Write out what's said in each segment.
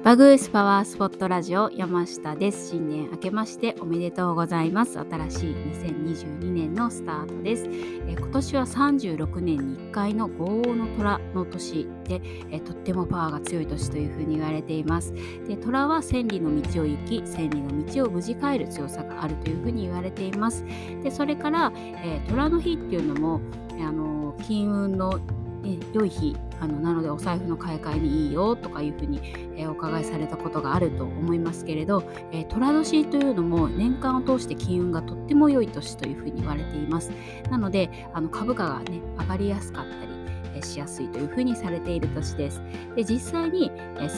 バグースパワースポットラジオ山下です。新年明けましておめでとうございます。新しい2022年のスタートです。今年は36年に1回の豪王の虎の年で、とってもパワーが強い年というふうに言われています。で、虎は千里の道を行き、千里の道を無事帰る強さがあるというふうに言われています。で、それから、虎の日っていうのも金運の良い日なのでお財布の買い替えにいいよとかいうふうに、お伺いされたことがあると思いますけれど、寅年というのも年間を通して金運がとっても良い年というふうに言われています。なので株価がね上がりやすかったりしやすいというふうにされている年です。で、実際に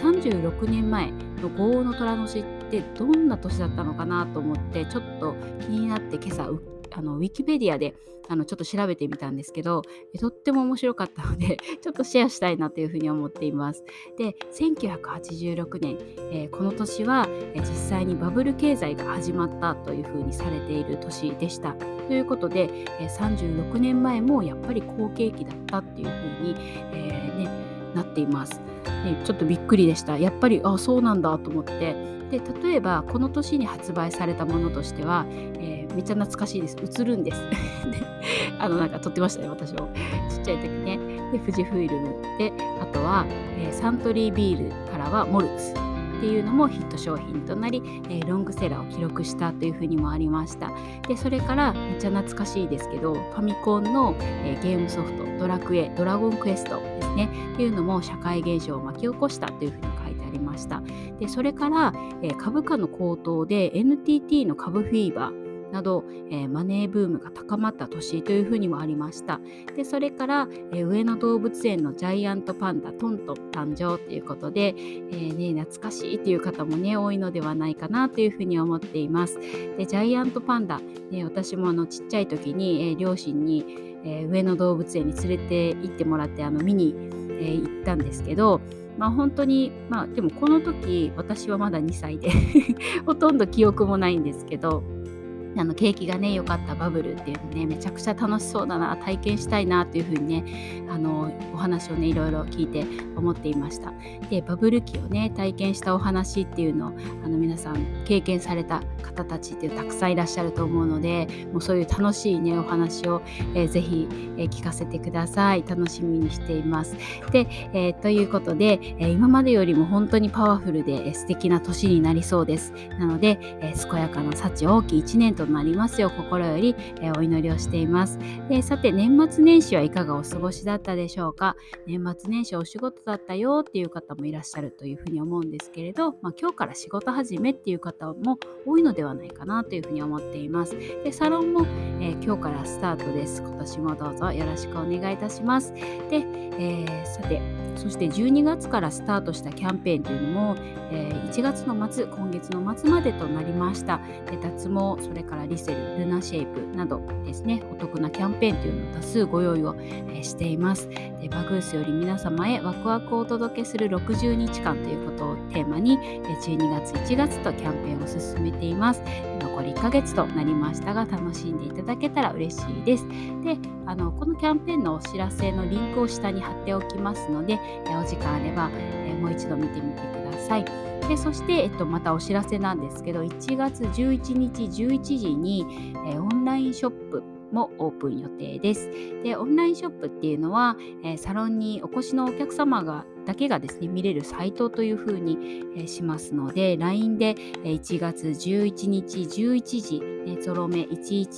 36年前の豪王の寅年ってどんな年だったのかなと思ってちょっと気になって今朝ウィキペディアでちょっと調べてみたんですけど、とっても面白かったのでちょっとシェアしたいなというふうに思っています。で、1986年、この年は実際にバブル経済が始まったというふうにされている年でした。ということで、36年前もやっぱり好景気だったっていうふうに、なっています。ちょっとびっくりでした。やっぱりそうなんだと思って。で、例えばこの年に発売されたものとしては、めっちゃ懐かしいです。映るんですでなんか撮ってましたね、私もちっちゃい時ね。で、富士フイルムで、あとは、サントリービールからはモルツっていうのもヒット商品となり、ロングセラーを記録したというふうにもありました。で、それからめっちゃ懐かしいですけど、ファミコンの、ゲームソフトドラゴンクエストですねっていうのも社会現象を巻き起こしたというふうに書いてありました。で、それから、株価の高騰で NTT の株フィーバーなど、マネーブームが高まった年というふうにもありました。で、それから、上野動物園のジャイアントパンダトント誕生ということで、懐かしいという方もね多いのではないかなというふうに思っています。で、ジャイアントパンダ、私もちっちゃい時に、両親に、上野動物園に連れて行ってもらって見に、行ったんですけど、本当にでもこの時私はまだ2歳でほとんど記憶もないんですけど、景気がね良かったバブルっていうのねめちゃくちゃ楽しそうだな、体験したいなというふうにねお話をねいろいろ聞いて思っていました。で、バブル期をね体験したお話っていうのを皆さん経験された方たちっていうたくさんいらっしゃると思うので、もうそういう楽しいねお話を、ぜひ、聞かせてください。楽しみにしています。で、ということで、今までよりも本当にパワフルで、素敵な年になりそうです。なので、健やかな幸大きい一年となりますよう心より、お祈りをしています。で、さて年末年始はいかがお過ごしだったでしょうか。年末年始お仕事だったよっていう方もいらっしゃるというふうに思うんですけれど、今日から仕事始めっていう方も多いのではないかなというふうに思っています。で、サロンも、今日からスタートです。今年もどうぞよろしくお願いいたします。で、さてそして12月からスタートしたキャンペーンというのも、1月の末、今月の末までとなりました。で、脱毛、それからリセル、ルナシェイプなどですね、お得なキャンペーンというのを多数ご用意を、しています。で、バグースより皆様へワクワクをお届けする60日間ということをテーマに、12月、1月とキャンペーンを進めています。残り1ヶ月となりましたが、楽しんでいただけたら嬉しいです。で、このキャンペーンのお知らせのリンクを下に貼っておきますので、お時間あれば、もう一度見てみてください。で、そして、またお知らせなんですけど、1月11日11時に、オンラインショップもオープン予定です。で、オンラインショップっていうのは、サロンにお越しのお客様だけがですね見れるサイトというふうに、しますので、 LINE で1月11日11時ゾロ目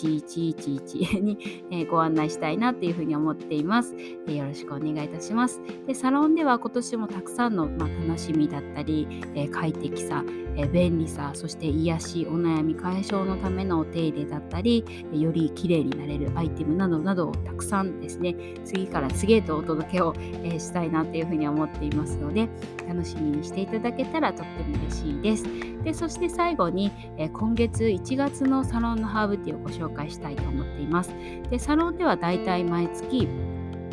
11111に、ご案内したいなというふうに思っています。よろしくお願いいたします。で、サロンでは今年もたくさんの、楽しみだったり、快適さ、便利さ、そして癒し、お悩み解消のためのお手入れだったり、より綺麗になれるアイテムなどなどをたくさんですね次から次へとお届けを、したいなというふうに思っていますので、楽しみにしていただけたらとっても嬉しいです。で、そして最後に、今月1月のサロンのハーブティーをご紹介したいと思っています。で、サロンではだいたい毎月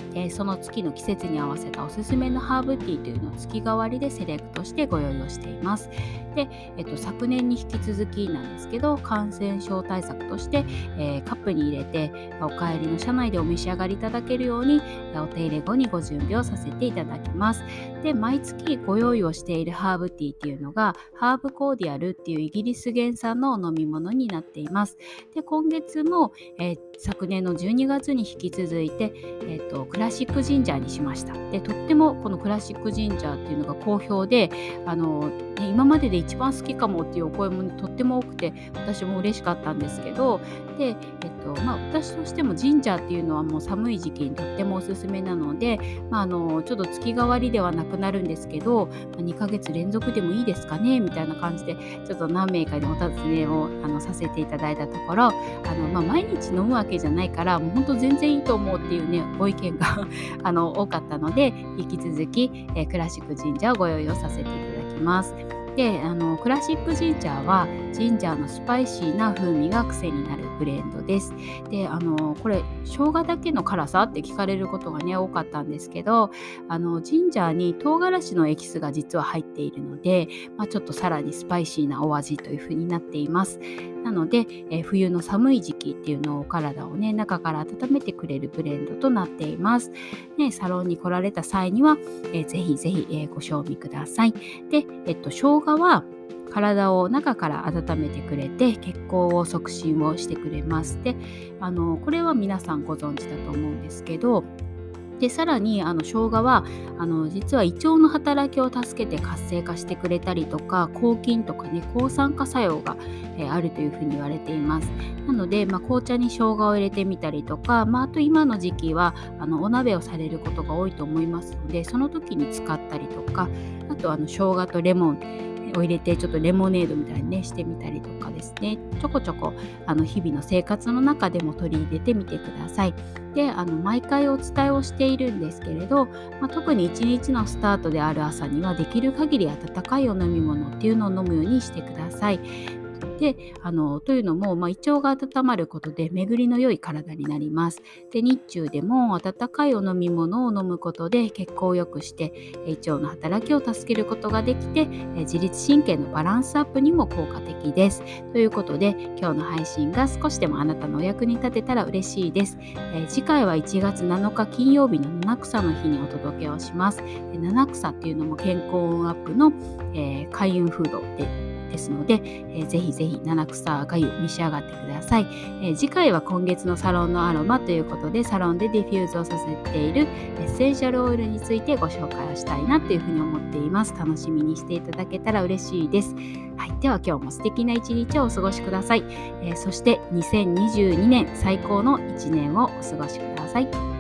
その月の季節に合わせたおすすめのハーブティーというのを月替わりでセレクトしてご用意をしています。で、昨年に引き続きなんですけど、感染症対策として、カップに入れてお帰りの車内でお召し上がりいただけるようにお手入れ後にご準備をさせていただきます。で、毎月ご用意をしているハーブティーっていうのがハーブコーディアルっていうイギリス原産のお飲み物になっています。で、今月も、昨年の12月に引き続いて、クラシックジンジャーにしました。で、とってもこのクラシックジンジャーっていうのが好評で、今までで一番好きかもっていうお声も、とっても多くて、私も嬉しかったんですけど、で、私としてもジンジャーっていうのはもう寒い時期にとってもおすすめなので、ちょっと月替わりではなくなるんですけど、2ヶ月連続でもいいですかねみたいな感じでちょっと何名かにお尋ねをさせていただいたところ、毎日飲むわけじゃないからもう本当全然いいと思うっていうねご意見が多かったので、引き続き、クラシックジンジャーをご用意をさせていただきます。で、クラシックジンジャーはジンジャーのスパイシーな風味が癖になるブレンドです。で、これ生姜だけの辛さって聞かれることがね多かったんですけど、ジンジャーに唐辛子のエキスが実は入っているので、ちょっとさらにスパイシーなお味という風になっています。なので、冬の寒い時期っていうのをお体をね中から温めてくれるブレンドとなっています。ね、サロンに来られた際には、ぜひぜひ、ご賞味ください。で、生姜は体を中から温めてくれて血行を促進をしてくれます。で、これは皆さんご存知だと思うんですけど、でさらに生姜は実は胃腸の働きを助けて活性化してくれたりとか、抗菌とかね抗酸化作用が、あるというふうに言われています。なので、紅茶に生姜を入れてみたりとか、あと今の時期はお鍋をされることが多いと思いますので、その時に使ったりとか、あと生姜とレモンを入れてちょっとレモネードみたいにねしてみたりとかですね、ちょこちょこ日々の生活の中でも取り入れてみてください。で、毎回お伝えをしているんですけれど、特に一日のスタートである朝にはできる限り温かいお飲み物っていうのを飲むようにしてください。で、というのも、胃腸が温まることで巡りの良い体になります。で、日中でも温かいお飲み物を飲むことで血行を良くして胃腸の働きを助けることができて、自律神経のバランスアップにも効果的です。ということで、今日の配信が少しでもあなたのお役に立てたら嬉しいです。次回は1月7日金曜日の七草の日にお届けをします。七草っていうのも健康アップの、開運フードですので、ぜひぜひ七草がゆ召し上がってください。次回は今月のサロンのアロマということで、サロンでディフューズをさせているエッセンシャルオイルについてご紹介をしたいなというふうに思っています。楽しみにしていただけたら嬉しいです。はい、では今日も素敵な一日をお過ごしください。そして2022年最高の1年をお過ごしください。